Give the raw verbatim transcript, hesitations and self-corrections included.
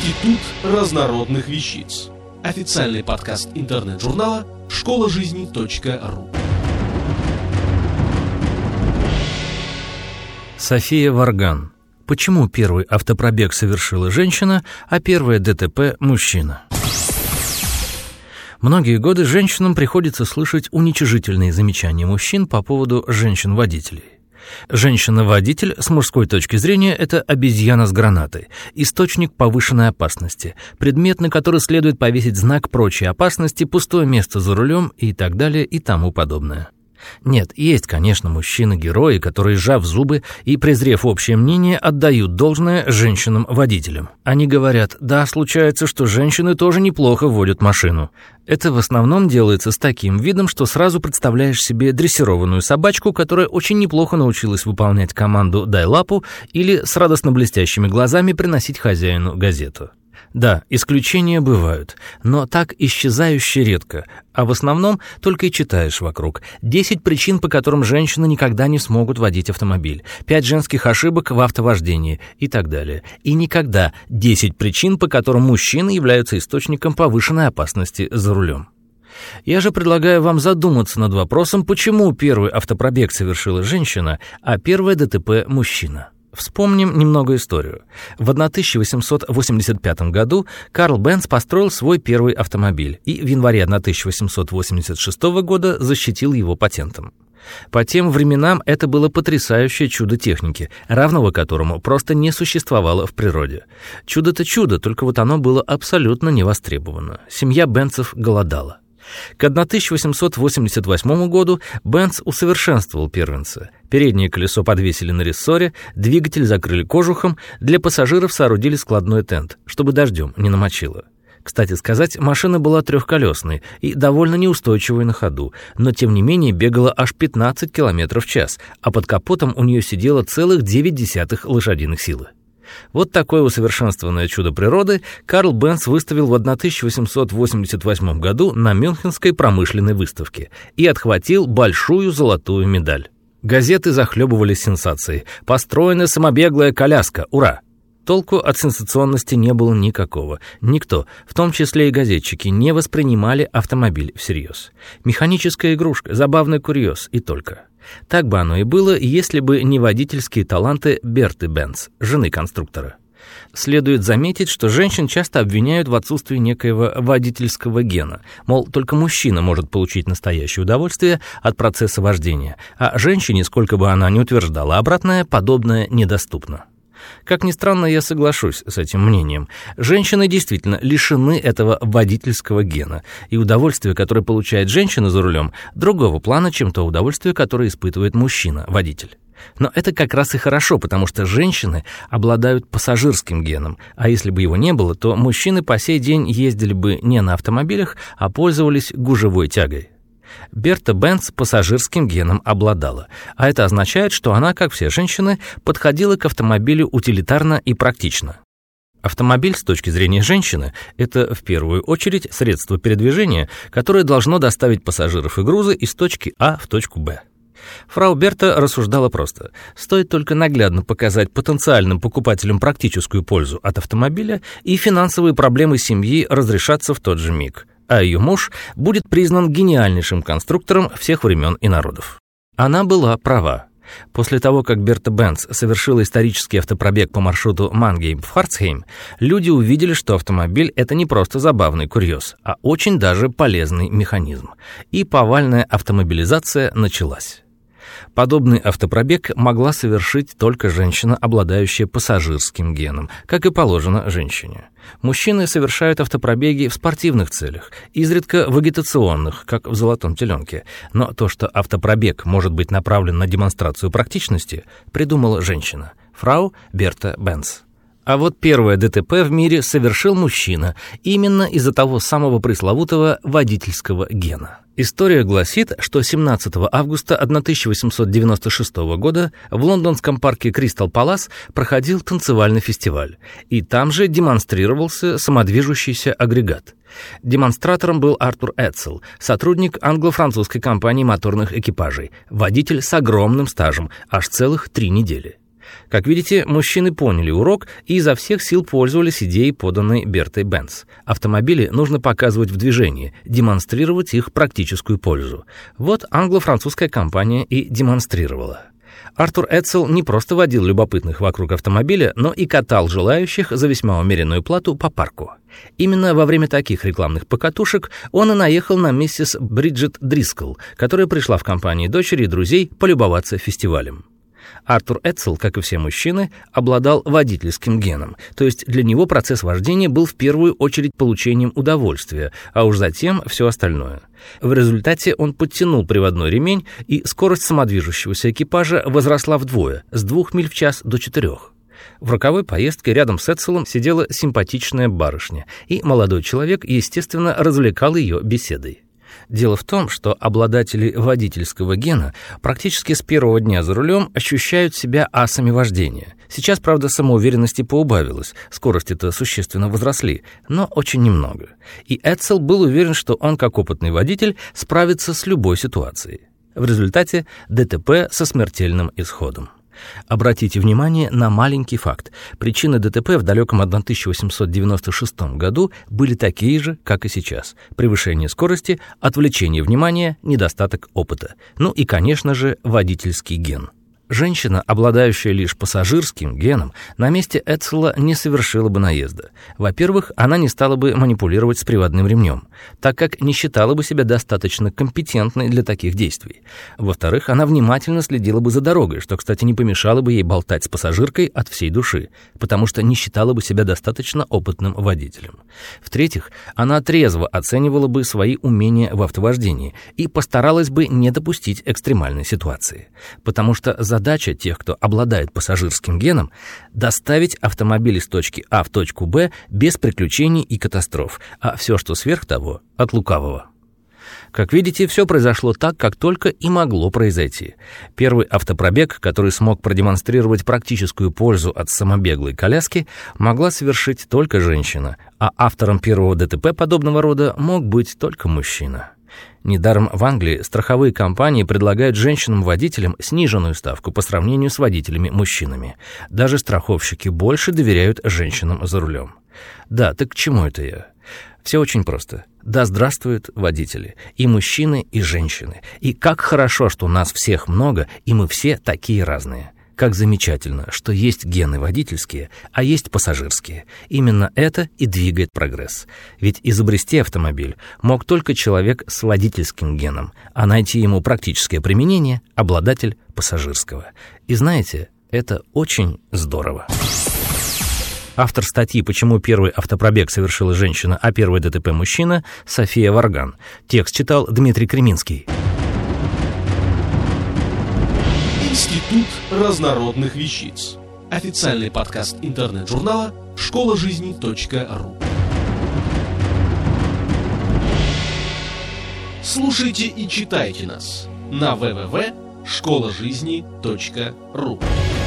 Институт разнородных вещиц. Официальный подкаст интернет-журнала школа жизни точка ру. София Варган. Почему первый автопробег совершила женщина, а первое ДТП – мужчина? Многие годы женщинам приходится слышать уничижительные замечания мужчин по поводу женщин-водителей. Женщина-водитель, с мужской точки зрения, это обезьяна с гранатой, источник повышенной опасности, предмет, на который следует повесить знак прочей опасности, пустое место за рулем и так далее и тому подобное. Нет, есть, конечно, мужчины-герои, которые, сжав зубы и презрев общее мнение, отдают должное женщинам-водителям. Они говорят: да, случается, что женщины тоже неплохо водят машину. Это в основном делается с таким видом, что сразу представляешь себе дрессированную собачку, которая очень неплохо научилась выполнять команду «дай лапу» или с радостно блестящими глазами приносить хозяину газету. Да, исключения бывают, но так исчезающе редко, а в основном только и читаешь вокруг. десять причин, по которым женщины никогда не смогут водить автомобиль, пять женских ошибок в автовождении и так далее. И никогда десять причин, по которым мужчины являются источником повышенной опасности за рулем. Я же предлагаю вам задуматься над вопросом, почему первый автопробег совершила женщина, а первое ДТП – мужчина. Вспомним немного историю. В тысяча восемьсот восемьдесят пятом году Карл Бенц построил свой первый автомобиль и в январе тысяча восемьсот восемьдесят шестого года защитил его патентом. По тем временам это было потрясающее чудо техники, равного которому просто не существовало в природе. Чудо-то чудо, только вот оно было абсолютно не востребовано. Семья Бенцев голодала. К тысяча восемьсот восемьдесят восьмому году Бенц усовершенствовал первенца. Переднее колесо подвесили на рессоре, двигатель закрыли кожухом, для пассажиров соорудили складной тент, чтобы дождем не намочило. Кстати сказать, машина была трехколесной и довольно неустойчивой на ходу, но тем не менее бегала аж пятнадцать километров в час, а под капотом у нее сидело целых девять десятых лошадиных силы. Вот такое усовершенствованное чудо природы Карл Бенц выставил в тысяча восемьсот восемьдесят восьмом году на Мюнхенской промышленной выставке и отхватил большую золотую медаль. Газеты захлебывались сенсацией. «Построена самобеглая коляска! Ура!» Толку от сенсационности не было никакого. Никто, в том числе и газетчики, не воспринимали автомобиль всерьез. Механическая игрушка, забавный курьез и только. Так бы оно и было, если бы не водительские таланты Берты Бенц, жены конструктора. Следует заметить, что женщин часто обвиняют в отсутствии некоего водительского гена, мол, только мужчина может получить настоящее удовольствие от процесса вождения, а женщине, сколько бы она ни утверждала обратное, подобное недоступно. Как ни странно, я соглашусь с этим мнением. Женщины действительно лишены этого водительского гена, и удовольствие, которое получает женщина за рулем, другого плана, чем то удовольствие, которое испытывает мужчина-водитель. Но это как раз и хорошо, потому что женщины обладают пассажирским геном, а если бы его не было, то мужчины по сей день ездили бы не на автомобилях, а пользовались гужевой тягой. Берта Бенц пассажирским геном обладала, а это означает, что она, как все женщины, подходила к автомобилю утилитарно и практично. Автомобиль, с точки зрения женщины, это в первую очередь средство передвижения, которое должно доставить пассажиров и грузы из точки А в точку Б. Фрау Берта рассуждала просто. Стоит только наглядно показать потенциальным покупателям практическую пользу от автомобиля, и финансовые проблемы семьи разрешатся в тот же миг, а ее муж будет признан гениальнейшим конструктором всех времен и народов. Она была права. После того, как Берта Бенц совершила исторический автопробег по маршруту Мангейм-Пфарцхейм, люди увидели, что автомобиль — это не просто забавный курьез, а очень даже полезный механизм. И повальная автомобилизация началась. Подобный автопробег могла совершить только женщина, обладающая пассажирским геном, как и положено женщине. Мужчины совершают автопробеги в спортивных целях, изредка в агитационных, как в «Золотом теленке». Но то, что автопробег может быть направлен на демонстрацию практичности, придумала женщина, фрау Берта Бенц. А вот первое ДТП в мире совершил мужчина, именно из-за того самого пресловутого водительского гена. История гласит, что семнадцатого августа тысяча восемьсот девяносто шестого года в лондонском парке Кристал Палас проходил танцевальный фестиваль, и там же демонстрировался самодвижущийся агрегат. Демонстратором был Артур Эдсел, сотрудник англо-французской компании моторных экипажей, водитель с огромным стажем, аж целых три недели. Как видите, мужчины поняли урок и изо всех сил пользовались идеей, поданной Бертой Бенц. Автомобили нужно показывать в движении, демонстрировать их практическую пользу. Вот англо-французская компания и демонстрировала. Артур Эдсел не просто водил любопытных вокруг автомобиля, но и катал желающих за весьма умеренную плату по парку. Именно во время таких рекламных покатушек он и наехал на миссис Бриджит Дрискл, которая пришла в компании дочери и друзей полюбоваться фестивалем. Артур Эдсел, как и все мужчины, обладал водительским геном, то есть для него процесс вождения был в первую очередь получением удовольствия, а уж затем все остальное. В результате он подтянул приводной ремень, и скорость самодвижущегося экипажа возросла вдвое, с двух миль в час до четырех. В роковой поездке рядом с Эдселом сидела симпатичная барышня, и молодой человек, естественно, развлекал ее беседой. Дело в том, что обладатели водительского гена практически с первого дня за рулем ощущают себя асами вождения. Сейчас, правда, самоуверенности поубавилось, скорости-то существенно возросли, но очень немного. И Эдсел был уверен, что он, как опытный водитель, справится с любой ситуацией. В результате ДТП со смертельным исходом. Обратите внимание на маленький факт. Причины ДТП в далеком тысяча восемьсот девяносто шестом году были такие же, как и сейчас. Превышение скорости, отвлечение внимания, недостаток опыта. Ну и, конечно же, водительский ген. Женщина, обладающая лишь пассажирским геном, на месте Эдсела не совершила бы наезда. Во-первых, она не стала бы манипулировать с приводным ремнем, так как не считала бы себя достаточно компетентной для таких действий. Во-вторых, она внимательно следила бы за дорогой, что, кстати, не помешало бы ей болтать с пассажиркой от всей души, потому что не считала бы себя достаточно опытным водителем. В-третьих, она трезво оценивала бы свои умения в автовождении и постаралась бы не допустить экстремальной ситуации. Потому что за Задача тех, кто обладает пассажирским геном, доставить автомобиль из точки А в точку Б без приключений и катастроф, а все, что сверх того, от лукавого. Как видите, все произошло так, как только и могло произойти. Первый автопробег, который смог продемонстрировать практическую пользу от самобеглой коляски, могла совершить только женщина, а автором первого ДТП подобного рода мог быть только мужчина. Недаром в Англии страховые компании предлагают женщинам-водителям сниженную ставку по сравнению с водителями-мужчинами. Даже страховщики больше доверяют женщинам за рулем. Да, так к чему это я? Все очень просто. Да здравствуют водители, и мужчины, и женщины. И как хорошо, что нас всех много, и мы все такие разные. Как замечательно, что есть гены водительские, а есть пассажирские. Именно это и двигает прогресс. Ведь изобрести автомобиль мог только человек с водительским геном, а найти ему практическое применение – обладатель пассажирского. И знаете, это очень здорово. Автор статьи «Почему первый автопробег совершила женщина, а первый ДТП мужчина» София Варган. Текст читал Дмитрий Креминский. Институт разнородных вещиц. Официальный подкаст интернет-журнала школа жизни точка ру. Слушайте и читайте нас на дабл ю дабл ю дабл ю точка школа жизни точка ру.